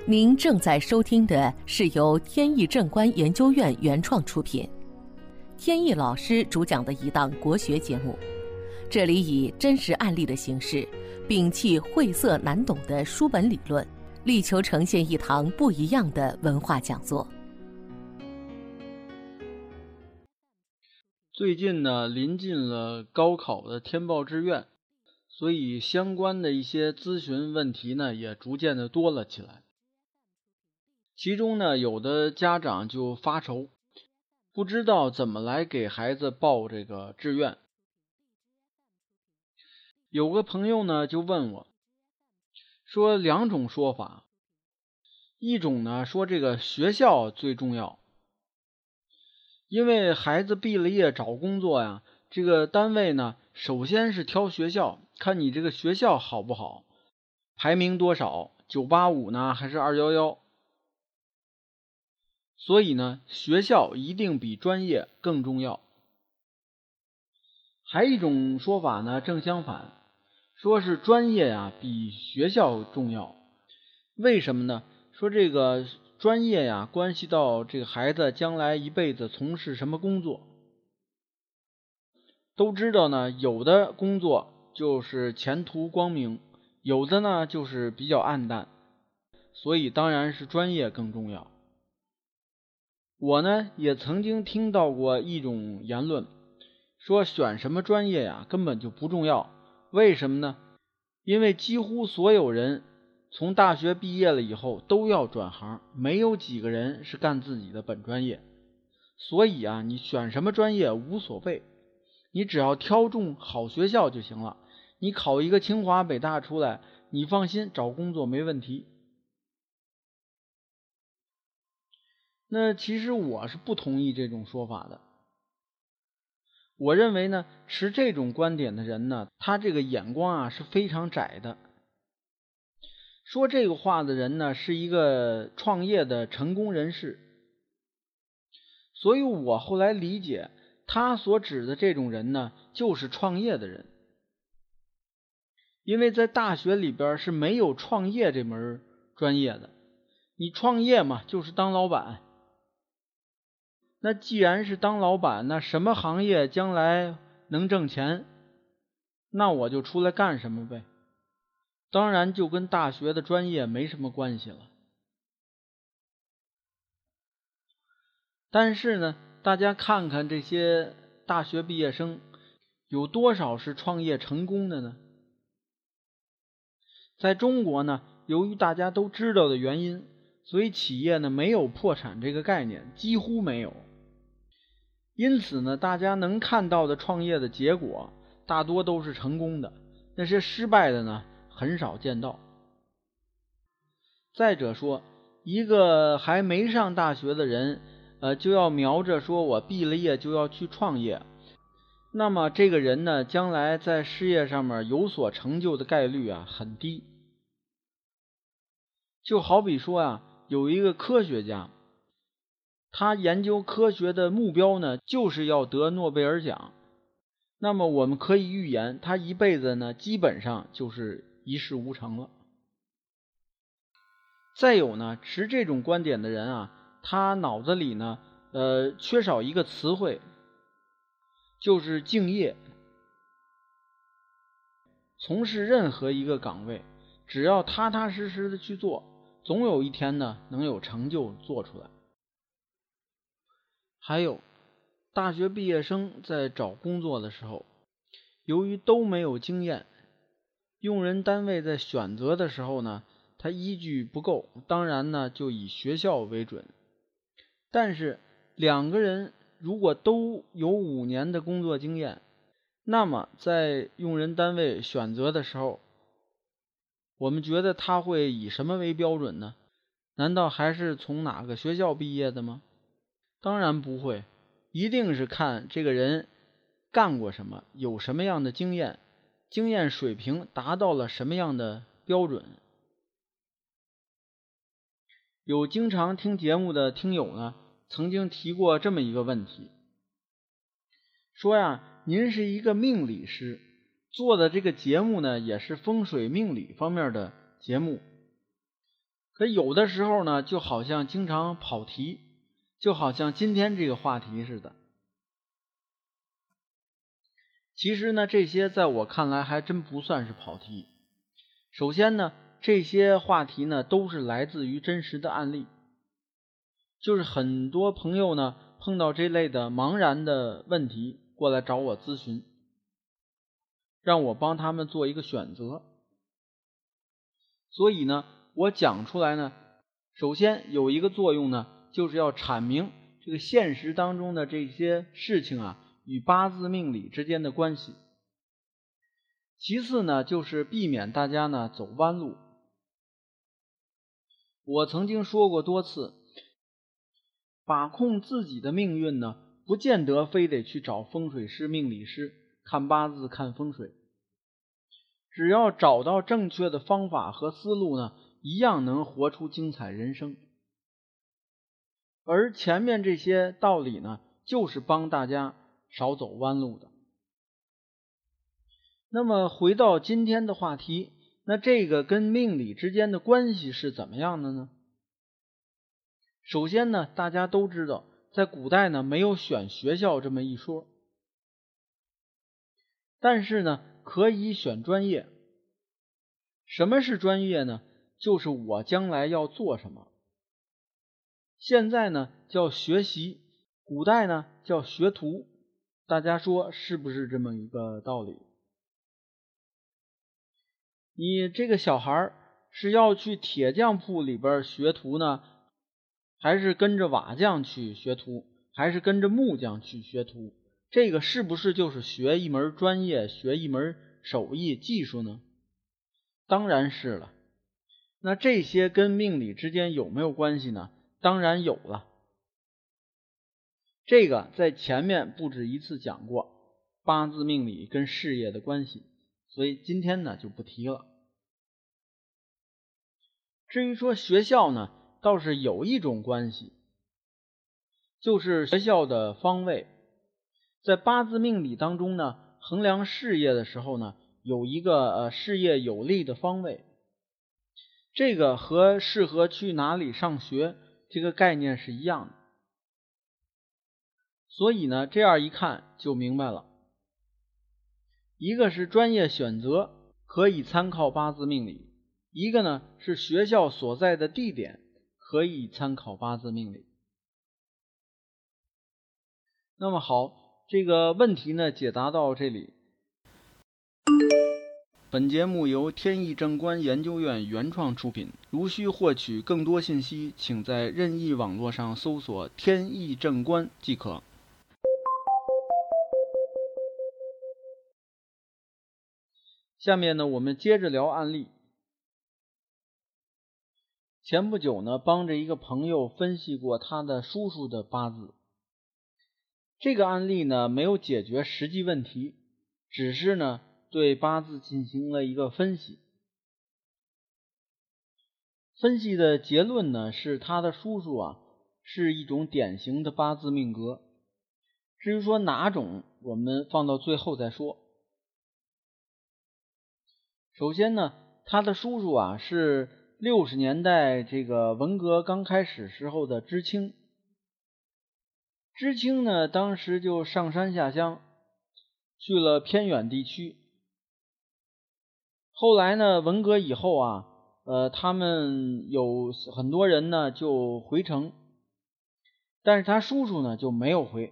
您正在收听的是由天意正观研究院原创出品，天意老师主讲的一档国学节目。这里以真实案例的形式，摒弃晦涩难懂的书本理论，力求呈现一堂不一样的文化讲座。 最近呢，临近了高考的填报志愿，所以相关的一些咨询问题呢，也逐渐的多了起来。其中呢，有的家长就发愁，不知道怎么来给孩子报这个志愿。有个朋友呢就问我，说两种说法，一种呢说这个学校最重要，因为孩子毕了业找工作呀，这个单位呢首先是挑学校，看你这个学校好不好，排名多少，985呢还是211，所以呢学校一定比专业更重要。还有一种说法呢正相反，说是专业呀比学校重要。为什么呢？说这个专业呀关系到这个孩子将来一辈子从事什么工作。都知道呢，有的工作就是前途光明，有的呢就是比较暗淡，所以当然是专业更重要。我呢也曾经听到过一种言论，说选什么专业呀根本就不重要。为什么呢？因为几乎所有人从大学毕业了以后都要转行，没有几个人是干自己的本专业。所以啊，你选什么专业无所谓，你只要挑中好学校就行了。你考一个清华北大出来，你放心找工作没问题。那其实我是不同意这种说法的。我认为呢，持这种观点的人呢，他这个眼光啊是非常窄的。说这个话的人呢，是一个创业的成功人士。所以我后来理解，他所指的这种人呢，就是创业的人。因为在大学里边是没有创业这门专业的，你创业嘛，就是当老板。那既然是当老板，那什么行业将来能挣钱，那我就出来干什么呗。当然就跟大学的专业没什么关系了。但是呢，大家看看这些大学毕业生，有多少是创业成功的呢？在中国呢，由于大家都知道的原因，所以企业呢没有破产这个概念，几乎没有。因此呢，大家能看到的创业的结果大多都是成功的，那些失败的呢很少见到。再者说，一个还没上大学的人就要瞄着说我毕了业就要去创业，那么这个人呢将来在事业上面有所成就的概率啊很低。就好比说啊，有一个科学家，他研究科学的目标呢就是要得诺贝尔奖，那么我们可以预言他一辈子呢基本上就是一事无成了。再有呢，持这种观点的人啊，他脑子里呢缺少一个词汇，就是敬业。从事任何一个岗位，只要踏踏实实的去做，总有一天呢能有成就做出来。还有大学毕业生在找工作的时候，由于都没有经验，用人单位在选择的时候呢，他依据不够，当然呢就以学校为准。但是两个人如果都有5年的工作经验，那么在用人单位选择的时候，我们觉得他会以什么为标准呢？难道还是从哪个学校毕业的吗？当然不会，一定是看这个人干过什么，有什么样的经验，经验水平达到了什么样的标准。有经常听节目的听友呢，曾经提过这么一个问题，说呀，您是一个命理师，做的这个节目呢，也是风水命理方面的节目， 可有的时候呢，就好像经常跑题，就好像今天这个话题似的。其实呢，这些在我看来还真不算是跑题。首先呢，这些话题呢都是来自于真实的案例，就是很多朋友呢碰到这类的茫然的问题过来找我咨询，让我帮他们做一个选择。所以呢，我讲出来呢，首先有一个作用呢，就是要阐明这个现实当中的这些事情啊与八字命理之间的关系。其次呢，就是避免大家呢走弯路。我曾经说过多次，把控自己的命运呢，不见得非得去找风水师、命理师看八字、看风水，只要找到正确的方法和思路呢，一样能活出精彩人生。而前面这些道理呢，就是帮大家少走弯路的。那么回到今天的话题，那这个跟命理之间的关系是怎么样的呢？首先呢，大家都知道，在古代呢没有选学校这么一说，但是呢可以选专业。什么是专业呢？就是我将来要做什么。现在呢叫学习，古代呢叫学徒，大家说是不是这么一个道理？你这个小孩是要去铁匠铺里边学徒呢，还是跟着瓦匠去学徒，还是跟着木匠去学徒？这个是不是就是学一门专业，学一门手艺技术呢？当然是了。那这些跟命理之间有没有关系呢？当然有了。这个在前面不止一次讲过，八字命理跟事业的关系，所以今天呢就不提了。至于说学校呢，倒是有一种关系，就是学校的方位。在八字命理当中呢，衡量事业的时候呢，有一个事业有利的方位，这个和适合去哪里上学这个概念是一样的。所以呢，这样一看就明白了，一个是专业选择可以参考八字命理，一个呢是学校所在的地点可以参考八字命理。那么好，这个问题呢解答到这里。本节目由天意正观研究院原创出品，如需获取更多信息，请在任意网络上搜索天意正观即可。下面呢，我们接着聊案例。前不久呢，帮着一个朋友分析过他的叔叔的八字。这个案例呢，没有解决实际问题，只是呢，对八字进行了一个分析。分析的结论呢，是他的叔叔啊，是一种典型的八字命格。至于说哪种，我们放到最后再说。首先呢，他的叔叔啊是60年代这个文革刚开始时候的知青。知青呢，当时就上山下乡，去了偏远地区。后来呢，文革以后啊，他们有很多人呢就回城，但是他叔叔呢就没有回。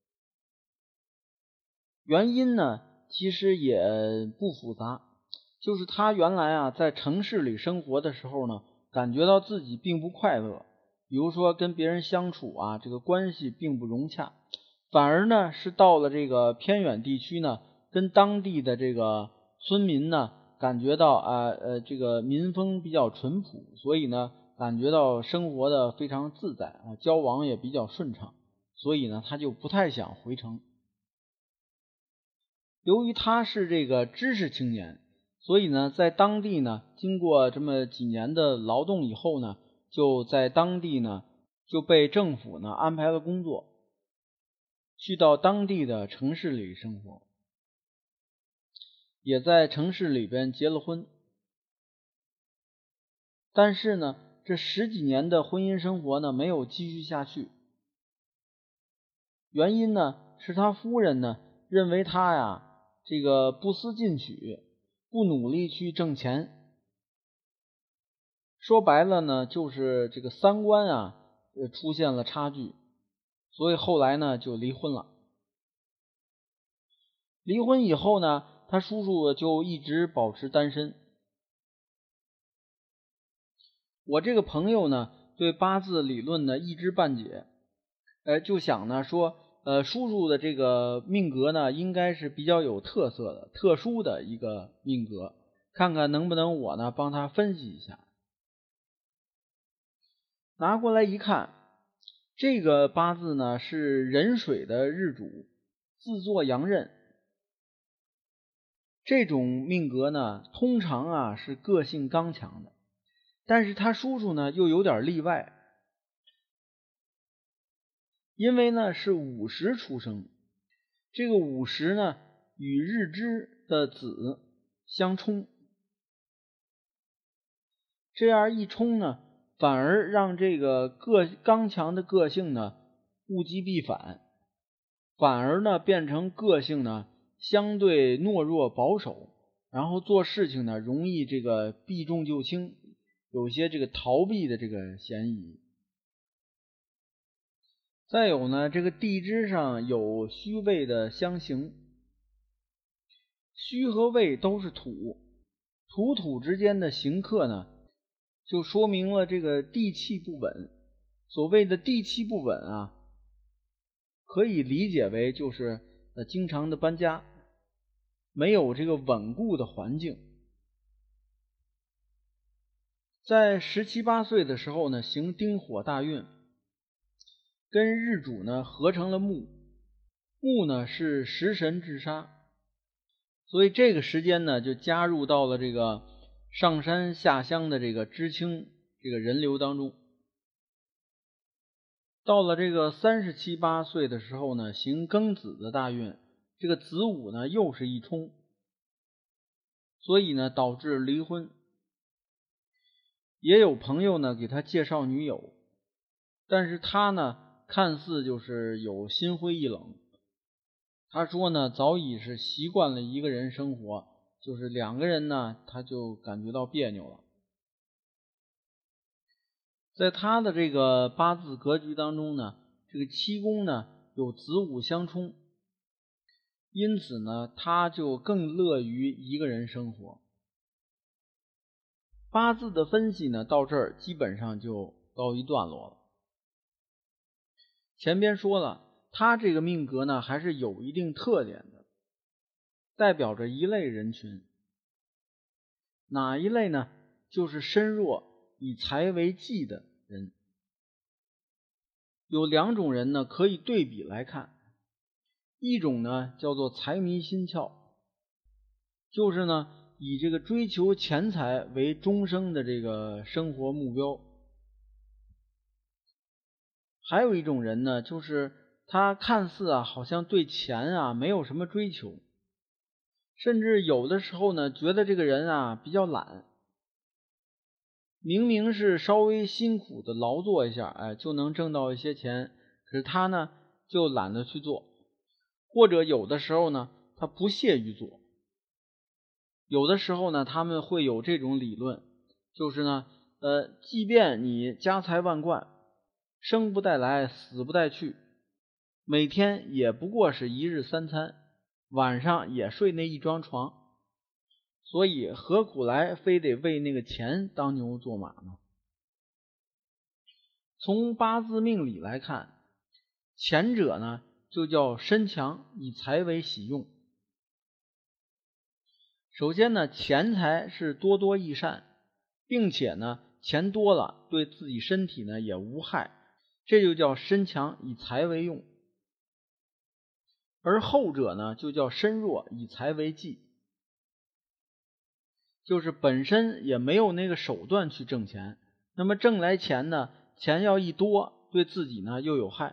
原因呢，其实也不复杂，就是他原来啊在城市里生活的时候呢，感觉到自己并不快乐，比如说跟别人相处啊，这个关系并不融洽，反而呢是到了这个偏远地区呢，跟当地的这个村民呢感觉到这个民风比较淳朴，所以呢感觉到生活的非常自在啊，交往也比较顺畅，所以呢他就不太想回城。由于他是这个知识青年，所以呢在当地呢经过这么几年的劳动以后呢，就在当地呢就被政府呢安排了工作，去到当地的城市里生活，也在城市里边结了婚。但是呢这10几年的婚姻生活呢没有继续下去。原因呢是他夫人呢认为他呀这个不思进取，不努力去挣钱。说白了呢就是这个三观啊出现了差距，所以后来呢就离婚了。离婚以后呢，他叔叔就一直保持单身。我这个朋友呢对八字理论呢一知半解，就想呢说叔叔的这个命格呢应该是比较有特色的、特殊的一个命格，看看能不能我呢帮他分析一下。拿过来一看，这个八字呢是壬水的日主，自作阳刃。这种命格呢通常啊是个性刚强的，但是他叔叔呢又有点例外，因为呢是午时出生，这个午时呢与日支的子相冲，这样一冲呢反而让这个刚强的个性呢物极必反，反而呢变成个性呢相对懦弱保守，然后做事情呢容易这个避重就轻，有些这个逃避的这个嫌疑。再有呢这个地支上有戌未的相刑，戌和未都是土，土之间的刑克呢就说明了这个地气不稳。所谓的地气不稳啊，可以理解为就是经常的搬家，没有这个稳固的环境。在17、18岁的时候呢行丁火大运，跟日主呢合成了木，木呢是食神制杀，所以这个时间呢就加入到了这个上山下乡的这个知青这个人流当中。到了这个37、38岁的时候呢行庚子的大运，这个子午呢又是一冲，所以呢导致离婚。也有朋友呢给他介绍女友，但是他呢看似就是有心灰意冷。他说呢早已是习惯了一个人生活，就是两个人呢他就感觉到别扭了。在他的这个八字格局当中呢，这个七宫呢有子午相冲，因此呢他就更乐于一个人生活。八字的分析呢到这儿基本上就告一段落了。前边说了，他这个命格呢还是有一定特点的，代表着一类人群。哪一类呢？就是身弱以财为忌的人。有两种人呢可以对比来看，一种呢叫做财迷心窍，就是呢以这个追求钱财为终生的这个生活目标。还有一种人呢，就是他看似啊好像对钱啊没有什么追求，甚至有的时候呢觉得这个人啊比较懒，明明是稍微辛苦的劳作一下就能挣到一些钱，可是他呢就懒得去做，或者有的时候呢他不屑于做。有的时候呢他们会有这种理论，就是呢即便你家财万贯，生不带来死不带去，每天也不过是一日三餐，晚上也睡那一张床，所以何苦来非得为那个钱当牛做马呢？从八字命理来看，前者呢就叫身强以财为喜用。首先呢钱财是多多益善，并且呢钱多了对自己身体呢也无害，这就叫身强以财为用。而后者呢就叫身弱以财为忌，就是本身也没有那个手段去挣钱，那么挣来钱呢，钱要一多，对自己呢又有害。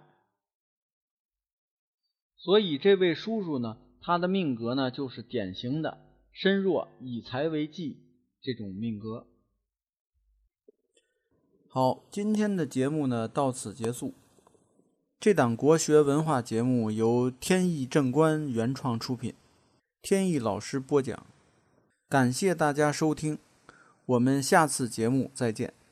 所以这位叔叔呢，他的命格呢就是典型的身弱以财为忌这种命格。 好，今天的节目呢到此结束。这档国学文化节目由天意正观原创出品，天意老师播讲。感谢大家收听，我们下次节目再见。